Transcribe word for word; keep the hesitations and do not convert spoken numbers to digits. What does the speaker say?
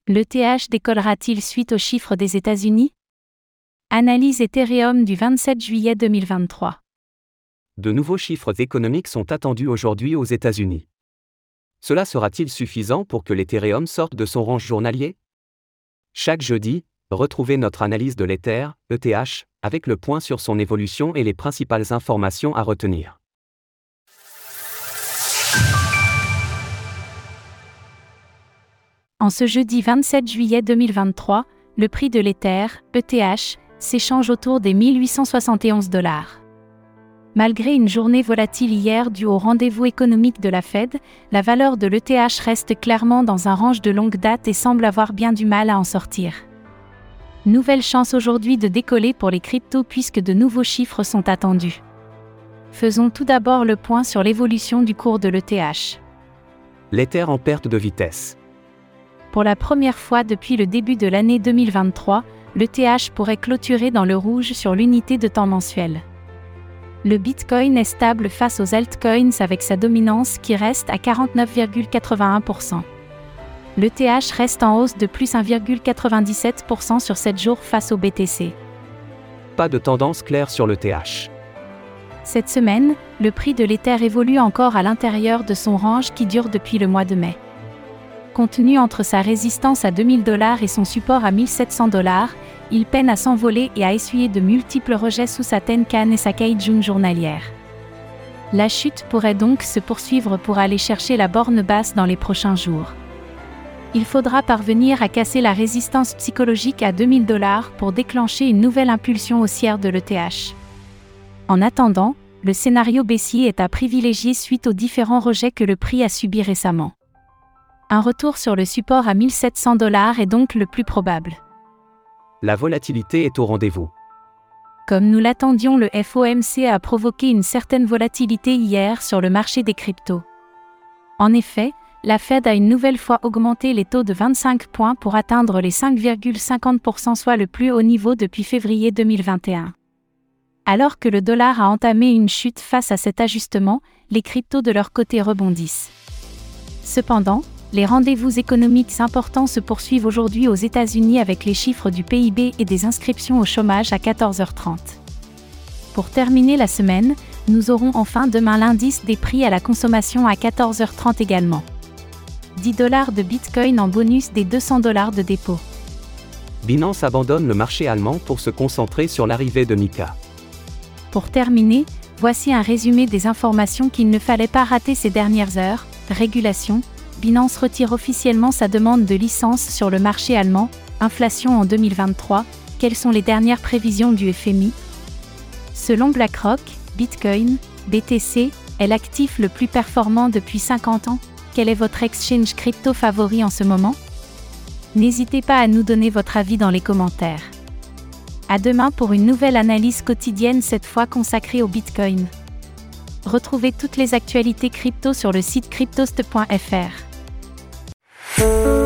L'E T H décollera-t-il suite aux chiffres des États-Unis? Analyse Ethereum du vingt-sept juillet deux mille vingt-trois. De nouveaux chiffres économiques sont attendus aujourd'hui aux États-Unis. Cela sera-t-il suffisant pour que l'Ethereum sorte de son range journalier? Chaque jeudi, retrouvez notre analyse de l'Ether, E T H, avec le point sur son évolution et les principales informations à retenir. En ce jeudi vingt-sept juillet deux mille vingt-trois, le prix de l'Ether, E T H, s'échange autour des mille huit cent soixante et onze dollars. Malgré une journée volatile hier due au rendez-vous économique de la Fed, la valeur de l'E T H reste clairement dans un range de longue date et semble avoir bien du mal à en sortir. Nouvelle chance aujourd'hui de décoller pour les cryptos puisque de nouveaux chiffres sont attendus. Faisons tout d'abord le point sur l'évolution du cours de l'E T H. L'Ether en perte de vitesse. Pour la première fois depuis le début de l'année deux mille vingt-trois, l'E T H pourrait clôturer dans le rouge sur l'unité de temps mensuel. Le Bitcoin est stable face aux altcoins avec sa dominance qui reste à quarante-neuf virgule quatre-vingt-un pour cent. L'E T H reste en hausse de plus un virgule quatre-vingt-dix-sept pour cent sur sept jours face au B T C. Pas de tendance claire sur l'E T H. Cette semaine, le prix de l'Ether évolue encore à l'intérieur de son range qui dure depuis le mois de mai. Contenu entre sa résistance à deux mille dollars et son support à mille sept cents dollars, il peine à s'envoler et à essuyer de multiples rejets sous sa Tenkan et sa Kijun journalière. La chute pourrait donc se poursuivre pour aller chercher la borne basse dans les prochains jours. Il faudra parvenir à casser la résistance psychologique à deux mille dollars pour déclencher une nouvelle impulsion haussière de l'E T H. En attendant, le scénario baissier est à privilégier suite aux différents rejets que le prix a subis récemment. Un retour sur le support à mille sept cents dollars est donc le plus probable. La volatilité est au rendez-vous. Comme nous l'attendions, le F O M C a provoqué une certaine volatilité hier sur le marché des cryptos. En effet, la Fed a une nouvelle fois augmenté les taux de vingt-cinq points pour atteindre les cinq virgule cinquante pour cent, soit le plus haut niveau depuis février deux mille vingt et un. Alors que le dollar a entamé une chute face à cet ajustement, les cryptos de leur côté rebondissent. Cependant, les rendez-vous économiques importants se poursuivent aujourd'hui aux États-Unis avec les chiffres du P I B et des inscriptions au chômage à quatorze heures trente. Pour terminer la semaine, nous aurons enfin demain l'indice des prix à la consommation à quatorze heures trente également. dix dollars de Bitcoin en bonus des deux cents dollars de dépôt. Binance abandonne le marché allemand pour se concentrer sur l'arrivée de Mika. Pour terminer, voici un résumé des informations qu'il ne fallait pas rater ces dernières heures. Régulation. Binance retire officiellement sa demande de licence sur le marché allemand. Inflation en deux mille vingt-trois. Quelles sont les dernières prévisions du F M I? Selon BlackRock, Bitcoin, B T C, est l'actif le plus performant depuis cinquante ans. Quel est votre exchange crypto favori en ce moment? N'hésitez pas à nous donner votre avis dans les commentaires. À demain pour une nouvelle analyse quotidienne, cette fois consacrée au Bitcoin. Retrouvez toutes les actualités crypto sur le site cryptost point f r.